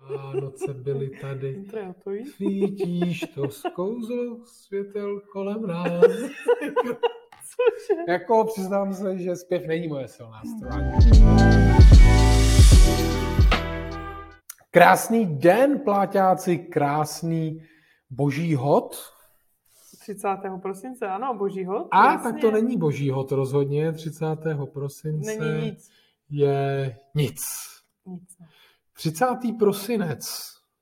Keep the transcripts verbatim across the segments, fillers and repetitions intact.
Vánoce byly tady. Svítíš to skouzlo světel kolem nás. Cože? Jako přiznám se, že zpěv není moje silná strana. Krásný den, pláťáci, krásný boží hod. třicátého prosince, ano, boží hod. A jasně. tak to není boží hod rozhodně, třicátého prosince Není nic. je nic. Nic. Ne. třicátého prosinec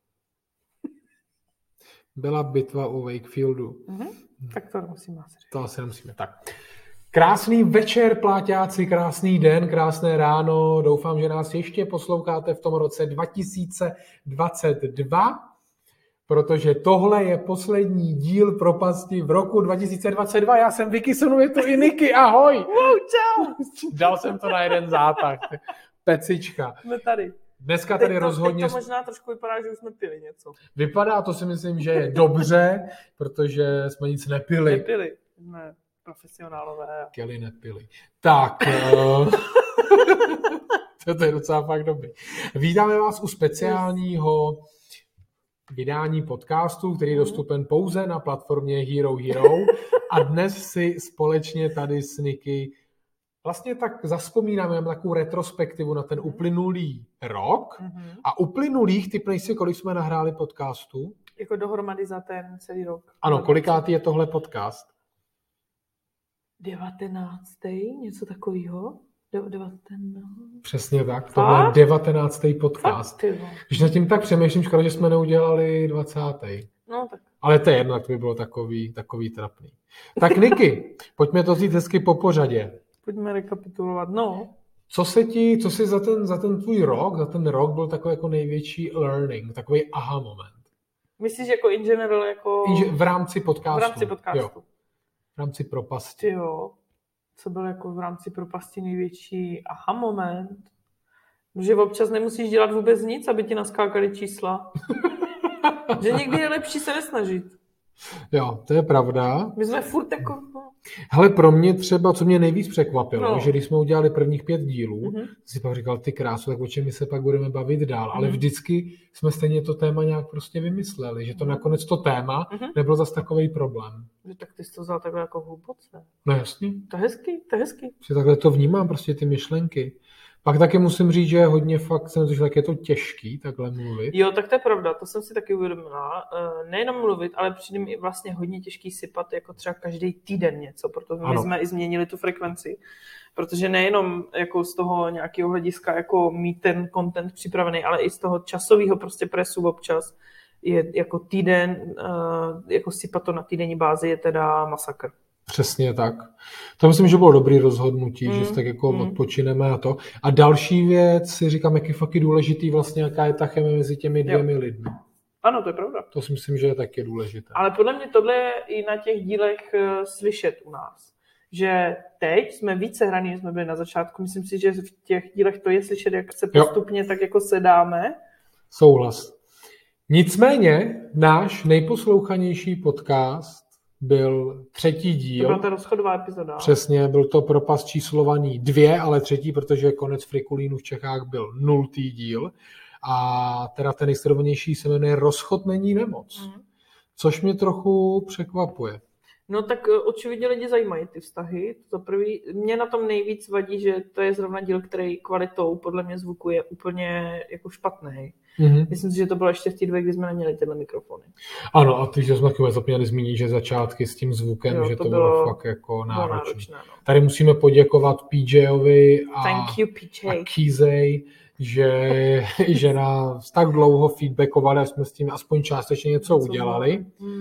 byla bitva u Wakefieldu. Mhm. Tak to nemusíme asi říct. To asi nemusíme. Tak. Krásný večer, pláťáci, krásný den, krásné ráno. Doufám, že nás ještě posloucháte v tom roce dva tisíce dvacet dva, protože tohle je poslední díl Propasti v roku dva tisíce dvacet dva. Já jsem Vicky, je to i Niky, ahoj! Wow, čau! Dal jsem to na jeden zátah. Pecička. Jsme tady. Dneska tady teď to, rozhodně... Teď to možná trošku vypadá, že už jsme pili něco. Vypadá, to si myslím, že je dobře, protože jsme nic nepili. Nepili. Ne. Profesionálové. Kelly nepili. Tak, to je docela fakt dobrý. Vítáme vás u speciálního vydání podcastu, který je dostupen pouze na platformě Hero Hero. A dnes si společně tady s Niky vlastně tak zazpomínáme na takovou retrospektivu na ten uplynulý rok. A uplynulých, typnej si, kolik jsme nahráli podcastu? Jako dohromady za ten celý rok. Ano, kolikátý je tohle podcast? devatenáctý něco takového. devatenáct Přesně tak, tohle je devatenáctý podcast. Fakt, Když nad tím tak přemýšlím, škoda, že jsme neudělali dvacátý No tak. Ale to je jedno, tak by bylo takový, takový trapný. Tak Niky, pojďme to vzít hezky po pořadě. Pojďme rekapitulovat, no. Co se ti, co si za ten, za ten tvůj rok, za ten rok byl takový jako největší learning, takový aha moment? Myslíš jako in general, jako... V rámci podcastu. V rámci podcastu. Jo. V rámci propasti. Jo. Co byl jako v rámci propasti největší aha moment? Že občas nemusíš dělat vůbec nic, aby ti naskákaly čísla. Že někdy je lepší se nesnažit. Jo, to je pravda. My jsme furt jako... Hele, pro mě třeba, co mě nejvíc překvapilo, no. že když jsme udělali prvních pět dílů, mm-hmm. si pak říkal, ty krásu, tak o čem my se pak budeme bavit dál. Mm-hmm. Ale vždycky jsme stejně to téma nějak prostě vymysleli, že to mm-hmm. nakonec to téma mm-hmm. nebyl zas takovej problém. Že tak ty jsi to vzal takhle jako hluboce. No jasně. To je hezký, to je hezký. Že takhle to vnímám, prostě ty myšlenky. Pak taky musím říct, že hodně fakt jsem že tak je to těžký takhle mluvit. Jo, tak to je pravda, to jsem si taky uvědomila. Nejenom mluvit, ale přijde mi vlastně hodně těžký sypat jako třeba každý týden něco, protože my ano. jsme i změnili tu frekvenci. Protože nejenom jako z toho nějakého hlediska jako mít ten content připravený, ale i z toho časového prostě presu občas je jako týden, jako sypat to na týdenní bázi je teda masakr. Přesně tak. To myslím, že bylo dobrý rozhodnutí, mm, že tak jako mm. odpočineme a to. A další věc si říkám, jak je fakt důležitý vlastně, jaká je ta chemie mezi těmi dvěmi jo. lidmi. Ano, to je pravda. To si myslím, že je taky důležité. Ale podle mě tohle je i na těch dílech slyšet u nás. Že teď jsme více hraní, než jsme byli na začátku. Myslím si, že v těch dílech to je slyšet, jak se postupně jo. tak jako sedáme. Souhlas. Nicméně náš nejposlouchanější podcast byl třetí díl. To byla ta rozchodová epizoda. Přesně, byl to propast číslovaný dvě, ale třetí, protože konec Frikulínu v Čechách byl nultý díl. A teda ten nejsledovanější se jmenuje Rozchod není nemoc. Mm. Což mě trochu překvapuje. No tak očividně lidi zajímají ty vztahy. To prvý. Mě na tom nejvíc vadí, že to je zrovna díl, který kvalitou podle mě zvuku je úplně jako špatný. Mm-hmm. Myslím si, že to bylo ještě v té době, kdy jsme neměli tyhle mikrofony. Ano, a ty, že jsme taky zapomněli zmínit, že začátky s tím zvukem, jo, že to, to bylo, bylo fakt jako náročné. náročné no. Tady musíme poděkovat P Jovi a, Thank you, P J. a Kizej, že, že nás tak dlouho feedbackovali a jsme s tím aspoň částečně něco Co udělali. Mm.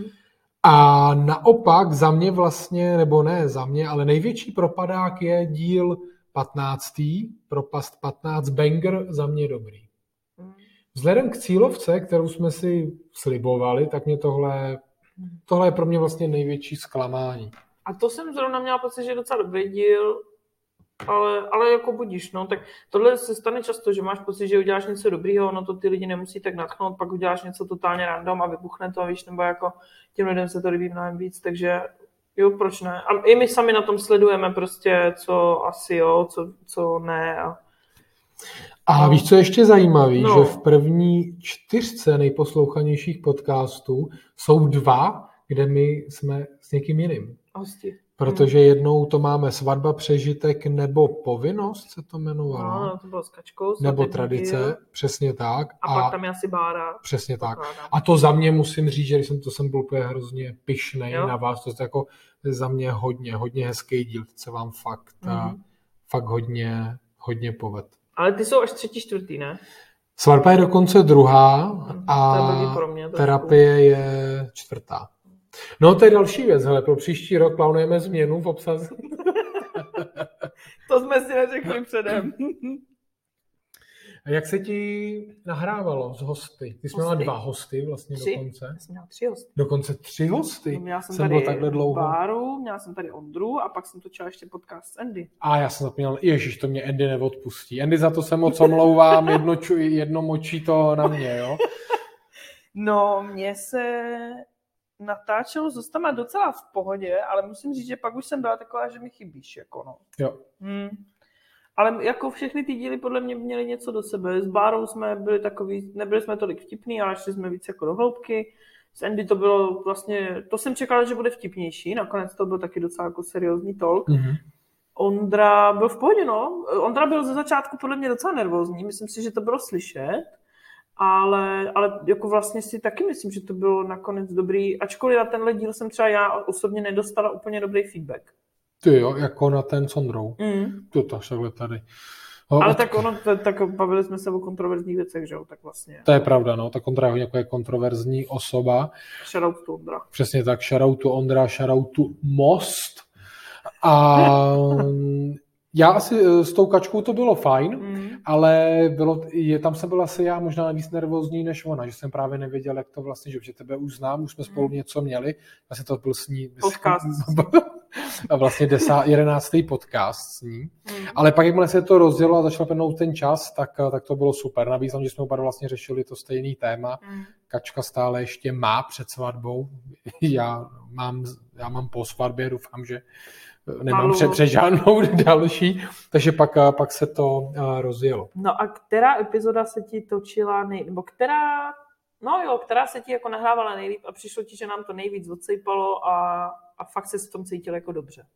A naopak za mě vlastně, nebo ne za mě, ale největší propadák je díl patnáctý, propast patnáct, banger, za mě dobrý. Vzhledem k cílovce, kterou jsme si slibovali, tak mě tohle, tohle je pro mě vlastně největší zklamání. A to jsem zrovna měla pocit, že je docela dobrý díl, ale, ale jako budíš, no, tak tohle se stane často, že máš pocit, že uděláš něco dobrýho, no to ty lidi nemusí tak nadchnout, pak uděláš něco totálně random a vybuchne to, víš, nebo jako těm lidem se to líbí mnohem víc, takže jo, proč ne? A i my sami na tom sledujeme prostě, co asi jo, co, co ne. A... A no. víš, co je ještě zajímavý, no. že v první čtyřce nejposlouchanějších podcastů jsou dva, kde my jsme s někým jiným. Hosti. Protože jednou to máme Svatba, přežitek nebo Povinnost se to jmenovalo. No, to bylo s Kačkou. Nebo Tradice, díl. Přesně tak. A, a pak tam je asi Bára. Přesně tak. A to za mě musím říct, že jsem, to jsem byl úplně hrozně pyšnej jo. na vás. To je jako za mě hodně, hodně hezký díl. To se vám fakt, mm. fakt hodně, hodně poved. Ale ty jsou až třetí, čtvrtý, ne? Svatba je dokonce druhá a pro mě, terapie je čtvrtá. No to je další věc, hele, pro příští rok plánujeme změnu v obsazení. To jsme si neřekli předem. A jak se ti nahrávalo s hosty? Ty jsi měla dva hosty vlastně tři. dokonce. Já jsem měla tři hosty. Dokonce tři hosty? No, měla jsem, jsem tady takhle dlouho. Báru, měla jsem tady Ondru a pak jsem točila ještě podcast s Andy. A já jsem zapomněl, ježiš, to mě Andy neodpustí. Andy, za to se moc omlouvám, jedno, jedno močí to na mě, jo? No, mně se natáčelo s hostama docela v pohodě, ale musím říct, že pak už jsem byla taková, že mi chybíš, jako no. Jo. Hmm. Ale jako všechny ty díly podle mě měly něco do sebe. S Bárou jsme byli takový, nebyli jsme tolik vtipný, ale šli jsme víc jako do hloubky. S Andy to bylo vlastně, to jsem čekala, že bude vtipnější, nakonec to byl taky docela jako seriózní talk. Mm-hmm. Ondra byl v pohodě, no. Ondra byl ze začátku podle mě docela nervózní, myslím si, že to bylo slyšet, ale, ale jako vlastně si taky myslím, že to bylo nakonec dobrý, ačkoliv na tenhle díl jsem třeba já osobně nedostala úplně dobrý feedback. Ty jo, jako na ten s Ondrou. Mm. To takhle tady. O, ale tak ono, to, tak bavili jsme se o kontroverzních věcech, že jo, tak vlastně. To je pravda, no, tak Ondra je jako je kontroverzní osoba. Shoutout to Ondra. Přesně tak, shoutout to Ondra, shoutout to Most. A já asi s tou Kačkou to bylo fajn, mm. ale bylo, je, tam jsem byl asi já možná víc nervózní než ona, že jsem právě nevěděl, jak to vlastně, že tebe už znám, už jsme spolu mm. něco měli, asi to byl s ní. Podcast. A vlastně desát, jedenáctý podcast s ní. Mm. Ale pak, jakmile se to rozdělo a začal plynout ten čas, tak, tak to bylo super. Navíc, že jsme oba vlastně řešili to stejný téma. Mm. Kačka stále ještě má před svatbou. Já mám, já mám po svatbě, doufám, že nemám před, před žádnou další. Takže pak, pak se to uh, rozjelo. No a která epizoda se ti točila nej... nebo která... No jo, která se ti jako nahrávala nejlíp a přišlo ti, že nám to nejvíc odsejpalo a, a fakt se s tom cítil jako dobře.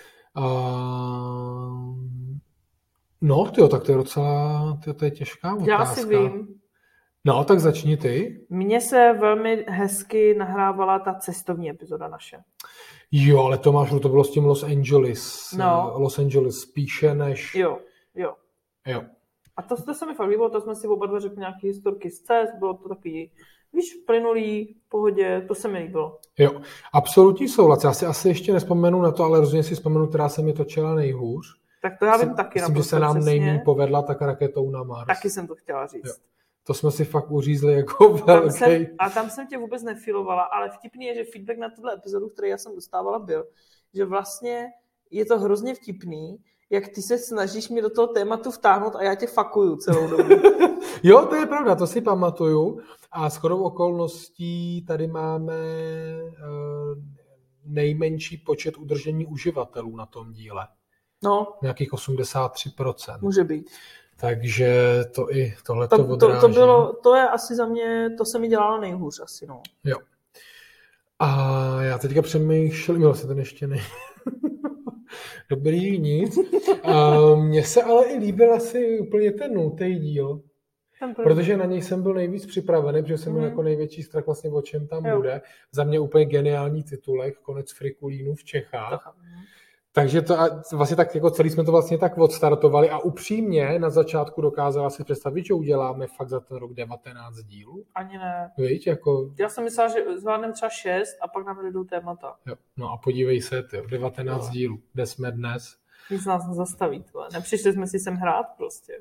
Uh, no, tyjo, tak to je docela, tyjo, to je těžká otázka. Já si vím. No, tak začni ty. Mně se velmi hezky nahrávala ta cestovní epizoda naše. Jo, ale to máš, to bylo s tím Los Angeles. No. Los Angeles spíše než... Jo, jo. Jo. A to, to se mi fakt líbilo, to jsme si oba dva řekli nějaké historky z cest, bylo to takový, víš, plynulý, v pohodě, to se mi líbilo. Jo, absolutní souhlas. Já si asi ještě nespomenu na to, ale rozhodně si vzpomenu, která se mi točila nejhůř. Tak to já vím taky. Myslím, že se nám nejméně povedla tak Raketou na Mars. Taky jsem to chtěla říct. Jo. To jsme si fakt uřízli jako velký. Jsem, a tam jsem tě vůbec nefilovala, ale vtipný je, že feedback na tuhle epizodu, který já jsem dostávala, byl, že vlastně je to hrozně vtipný, jak ty se snažíš mě do toho tématu vtáhnout a já tě fakuju celou dobu. Jo, to je pravda, to si pamatuju. A shodou okolností tady máme uh, nejmenší počet udržení uživatelů na tom díle. No. Nějakých osmdesát tři procent. Může být. Takže to i tohleto to, odráží. To, to, bylo, to je asi za mě, to se mi dělalo nejhůř asi, no. Jo. A já teďka přemýšlím, jo, se ten ještě ne... Dobrý, nic. Mně se ale i líbil asi úplně ten nultý díl, protože na něj jsem byl nejvíc připravený, protože jsem měl mm. jako největší strach vlastně, o čem tam jo. bude. Za mě úplně geniální titulek, konec frikulínu v Čechách. Takže to vlastně tak jako celý jsme to vlastně tak odstartovali a upřímně na začátku dokázala si představit, že uděláme fakt za ten rok devatenáct dílů. Ani ne. Víš, jako... Já jsem myslela, že zvládneme třeba šest a pak nám jdou témata. Jo. No a podívej se, tyjo, devatenáct jo. dílů, kde jsme dnes. Nic nás nezastaví, tohle. Nepřišli jsme si sem hrát prostě.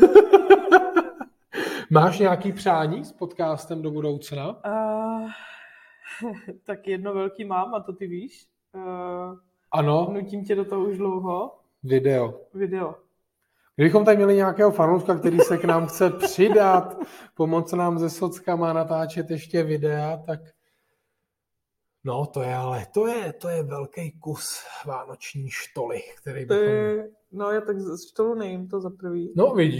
Máš nějaký přání s podcastem do budoucna? Uh, tak jedno velký mám a to ty víš. Uh, Ano. Nutím tě do toho už dlouho. Video. Video. Kdybychom tady měli nějakého fanouška, který se k nám chce přidat, pomoct nám se sockama natáčet ještě videa, tak no to je ale, to je, to je velký kus vánoční štoly, který bychom... Je, no já tak štolu nejím to za prvý. No vidíš.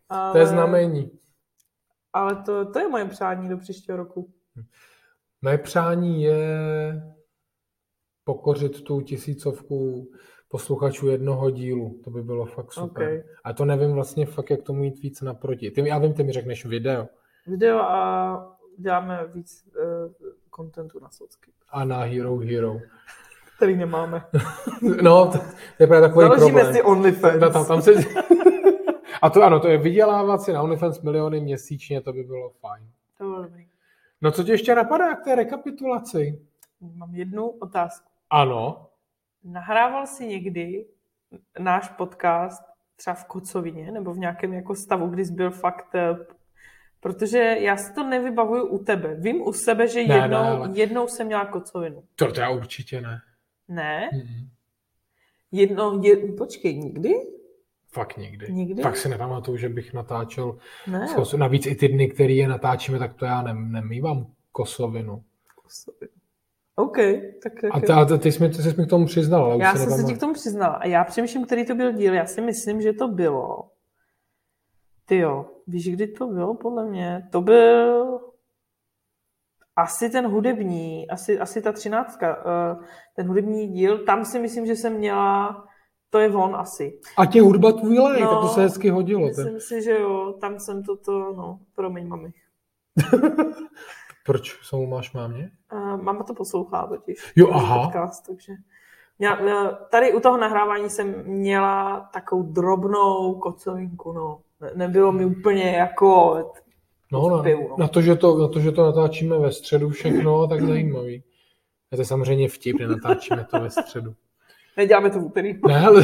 Ale, to je znamení. Ale to, to je moje přání do příštího roku. Moje přání je pokořit tu tisícovku posluchačů jednoho dílu. To by bylo fakt super. Okay. A to nevím vlastně fakt, jak tomu jít víc naproti. Ty, já vím, ty mi řekneš video. Video a děláme víc kontentu uh, na socky. A na Hero Hero. Který nemáme. No, to, to je právě takový Založíme problém. si OnlyFans. Tam, tam se... A to ano, to je vydělávat si na OnlyFans miliony měsíčně, to by bylo fajn. To bylo dobrý. No co ti ještě napadá k té rekapitulaci? Mám jednu otázku. Ano. Nahrával jsi někdy náš podcast třeba v kocovině nebo v nějakém jako stavu, kdy jsi byl fakt... Protože já si to nevybavuju u tebe. Vím u sebe, že ne, jednou, ne, ale... jednou jsem měla kocovinu. To, to já určitě ne. Ne? Mm-hmm. Jednou, je... počkej, nikdy? Fakt nikdy. Nikdy? Fakt si nepamatuju, že bych natáčel. Ne. Navíc i ty dny, které je natáčíme, tak to já ne, nemývám kosovinu. Kosovinu. OK. Tak, a ty, a ty jsi mi, ty jsi mi k tomu přiznala. Já jsem se ti k tomu přiznala. A já přemýšlím, který to byl díl. Já si myslím, že to bylo... Tyjo, víš, kdy to bylo podle mě? To byl asi ten hudební, asi, asi ta třináctka, ten hudební díl, tam si myslím, že jsem měla, to je on asi. A tě hudba tvůj like, no, tak to se hezky hodilo. Myslím ten. si, že jo, tam jsem toto, no, promiň mami. Proč jsou máš mámě? Uh, mama to poslouchá totiž. Jo, aha. Podcast, takže... Já, tady u toho nahrávání jsem měla takovou drobnou kocovinku, no. Ne, nebylo mi úplně jako no, na, pivu, no. Na, to, že to, na to, že to natáčíme ve středu všechno, tak zajímavý. Je to samozřejmě vtip, nenatáčíme to ve středu. Neděláme to v úterý. Ne, ale...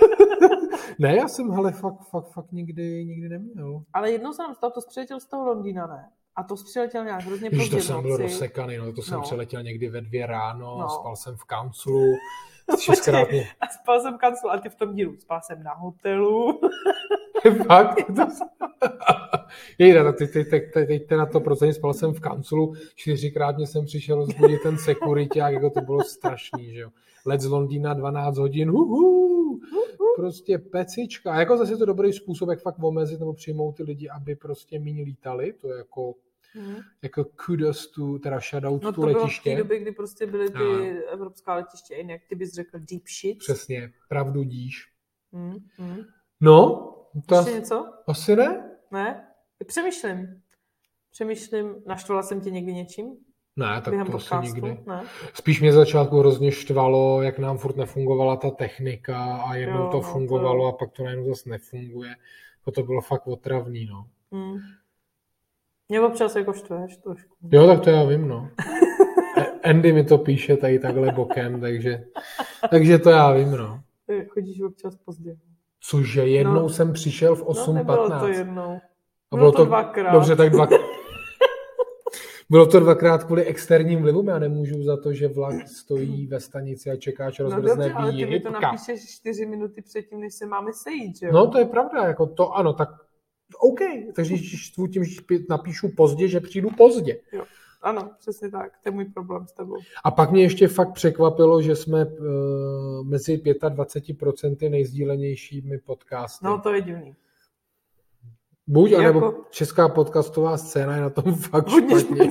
ne, já jsem, hele, fakt, fakt, fakt nikdy, nikdy neměl. Ale jednou jsem nám stalo, to jsi přiletěl z toho Londýna, ne? A to jsi přiletěl nějak hrozně pozdě v noci. to jsem byl rozsekaný, no, to jsem no. přiletěl někdy ve dvě ráno, no. spal jsem v kanclu, šestkrát mě... A spal jsem v kanclu, a ty v tom dílu, spal jsem na hotelu. Fakt? Jejda, tak teď, teď, teď, teď na to procent spal jsem v kanclu, čtyřikrát mě jsem přišel zbudit ten sekuriťák, jako to bylo strašný, že jo. Let z Londýna dvanáct hodin, huhu, prostě pecička. A jako zase to dobrý způsob, jak fakt omezit nebo přijmout ty lidi, aby prostě míň lítali, to je jako... Hmm. Jako kudos tu, teda shoutout no tu letiště. No to bylo v té době, kdy prostě byly ty no. evropská letiště, jinak ty bys řekl deep shit. Přesně, pravdu díš. Hmm. Hmm. No, to ještě něco? Asi ne. Ne? Přemýšlím. Přemýšlím, naštvala jsem tě někdy něčím? Ne, tak to asi nikdy. Ne? Spíš mě začátku hrozně štvalo, jak nám furt nefungovala ta technika a jednou jo, to fungovalo no to... a pak to najednou zase nefunguje. To bylo fakt otravný, no. Hmm. Mě občas jako štveš trošku. Jo, tak to já vím, no. Andy mi to píše tady takhle bokem, takže, takže to já vím, no. Chodíš občas pozdě. Cože, jednou no. jsem přišel v osm patnáct. No, nebylo to jednou. Bylo, bylo to dvakrát. Dobře, tak dvakrát. Bylo to dvakrát kvůli externím vlivům. Já nemůžu za to, že vlak stojí ve stanici a čeká, že rozbrzne no, ale ty mi to napíšeš čtyři minuty předtím, než se máme sejít, že jo? No, to je pravda, jako to ano, tak OK, takže tím napíšu pozdě, že přijdu pozdě. Jo, ano, přesně tak, to je můj problém s tebou. A pak mě ještě fakt překvapilo, že jsme uh, mezi dvacet pět procent nejsdílenějšími podcasty. No, to je divný. Buď, jako... anebo česká podcastová scéna je na tom fakt špatně.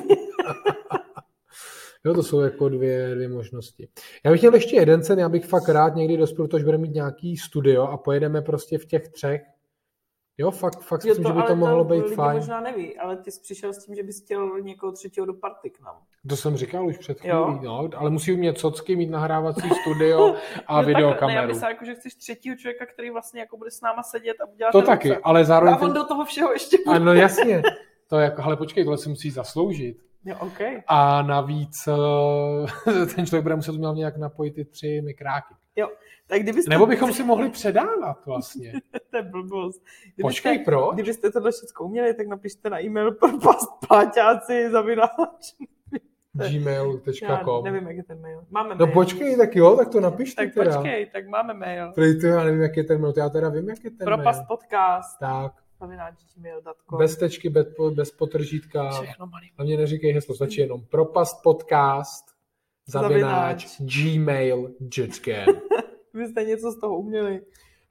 Jo, to jsou jako dvě, dvě možnosti. Já bych měl ještě jeden sen, já bych fakt rád někdy dospěl, protože budeme mít nějaký studio a pojedeme prostě v těch třech. Jo, fakt, fakt jo, to, myslím, že by to mohlo být fajn. Možná neví, ale ty jsi přišel s tím, že bys chtěl někoho třetího do party k nám. To jsem říkal už před chvílí, no, ale musí mít socky, mít nahrávací studio a no videokameru. Ne, já myslím, jako, že chceš třetího člověka, který vlastně jako bude s náma sedět a udělat to taky, obce. Ale zároveň... A on ten... do toho všeho ještě bude. Ano, jasně. To je jako, ale počkej, tohle si musí zasloužit. Jo, okay. A navíc ten člověk bude muset umět nějak napojit ty tři mikráky. Jo. Tak kdybyste... Nebo bychom si mohli předávat vlastně. To je blbost. Kdybyste, Počkej, proč? Kdybyste tohle všechno uměli, tak napište na e-mail propastpáťáci zavináč. gmail tečka com. Nevím, jak je ten mail. Máme no mail. No počkej, tak jo, tak to napište tak teda. Tak počkej, tak máme mail. Prejte, já nevím, jak je ten mail, já teda vím, jak je ten Propast mail. podcast. Tak. zavináč gmail tečka com. Bez tečky, bez, bez potržítka. Všechno malý. A mě neříkej heslo, stačí jenom propast podcast zavináč gmail tečka com. Vy jste něco z toho uměli.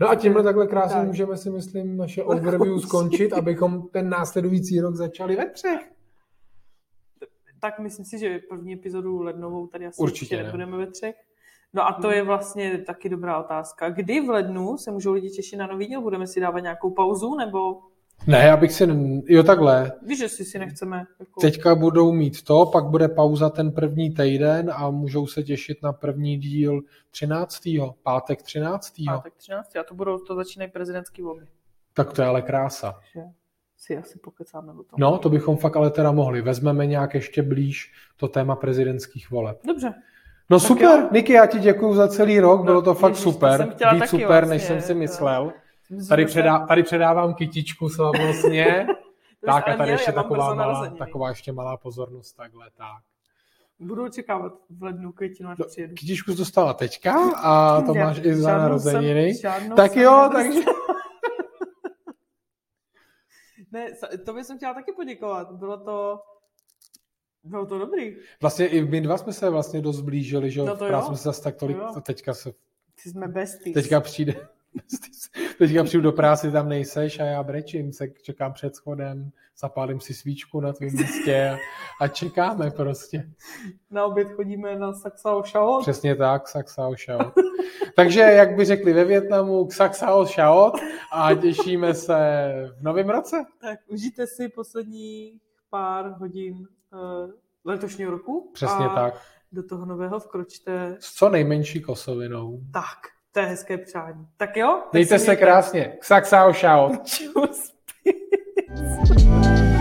No a tímhle takhle krásně tak. Můžeme si, myslím, naše overview skončit, abychom ten následující rok začali ve třech. Tak myslím si, že první epizodu lednovou tady asi určitě ne. nebudeme ve třech. No a to je vlastně taky dobrá otázka. Kdy v lednu se můžou lidi těšit na nový díl? Budeme si dávat nějakou pauzu, nebo... Ne, já bych si... Jo, takhle. Víš, že si si nechceme... Jako... Teďka budou mít to, pak bude pauza ten první týden a můžou se těšit na první díl třináctého Pátek třináctého Pátek třináctého A to budou, to začínají prezidentský volby. Tak to je ale krása. Že si asi pokecáme o tom. No, to bychom fakt ale teda mohli. Vezmeme nějak ještě blíž to téma prezidentských voleb. Dobře. No tak super, jo. Niky, já ti děkuju za celý rok, no, bylo to fakt ježiš, super, to víc super, vlastně, než jsem si myslel. To... Tady, předá, tady předávám kytičku slavnostně, tak a tady měl, ještě taková, malá, taková ještě malá pozornost, takhle, tak. Budu očekávat v lednu květinu, až přijedu. Kytičku jsi dostala teďka a to máš i za narozeniny. Tak jo, takže... Ne, to bych jsem chtěla taky poděkovat, bylo to... Bylo to dobrý. Vlastně i my dva jsme se vlastně dost blížili, že no právě jsme se zase tak tolik, to teďka se... Ty jsme besties. Teďka přijde, teďka přijdu do práce, tam nejseš a já brečím, se čekám před schodem, zapálím si svíčku na tvém místě a, a čekáme prostě. Na oběd chodíme na Saksao Shaot. Přesně tak, Saksao Shaot. Takže, jak by řekli ve Vietnamu, Saksao Shaot a těšíme se v novém roce. Tak užijte si poslední pár hodin uh, letošního roku. Přesně a tak. Do toho nového vkročte s co nejmenší kosovinou. Tak, to je hezké přání. Tak jo? Dejte se, se krásně. Saksao Shaot. Čus.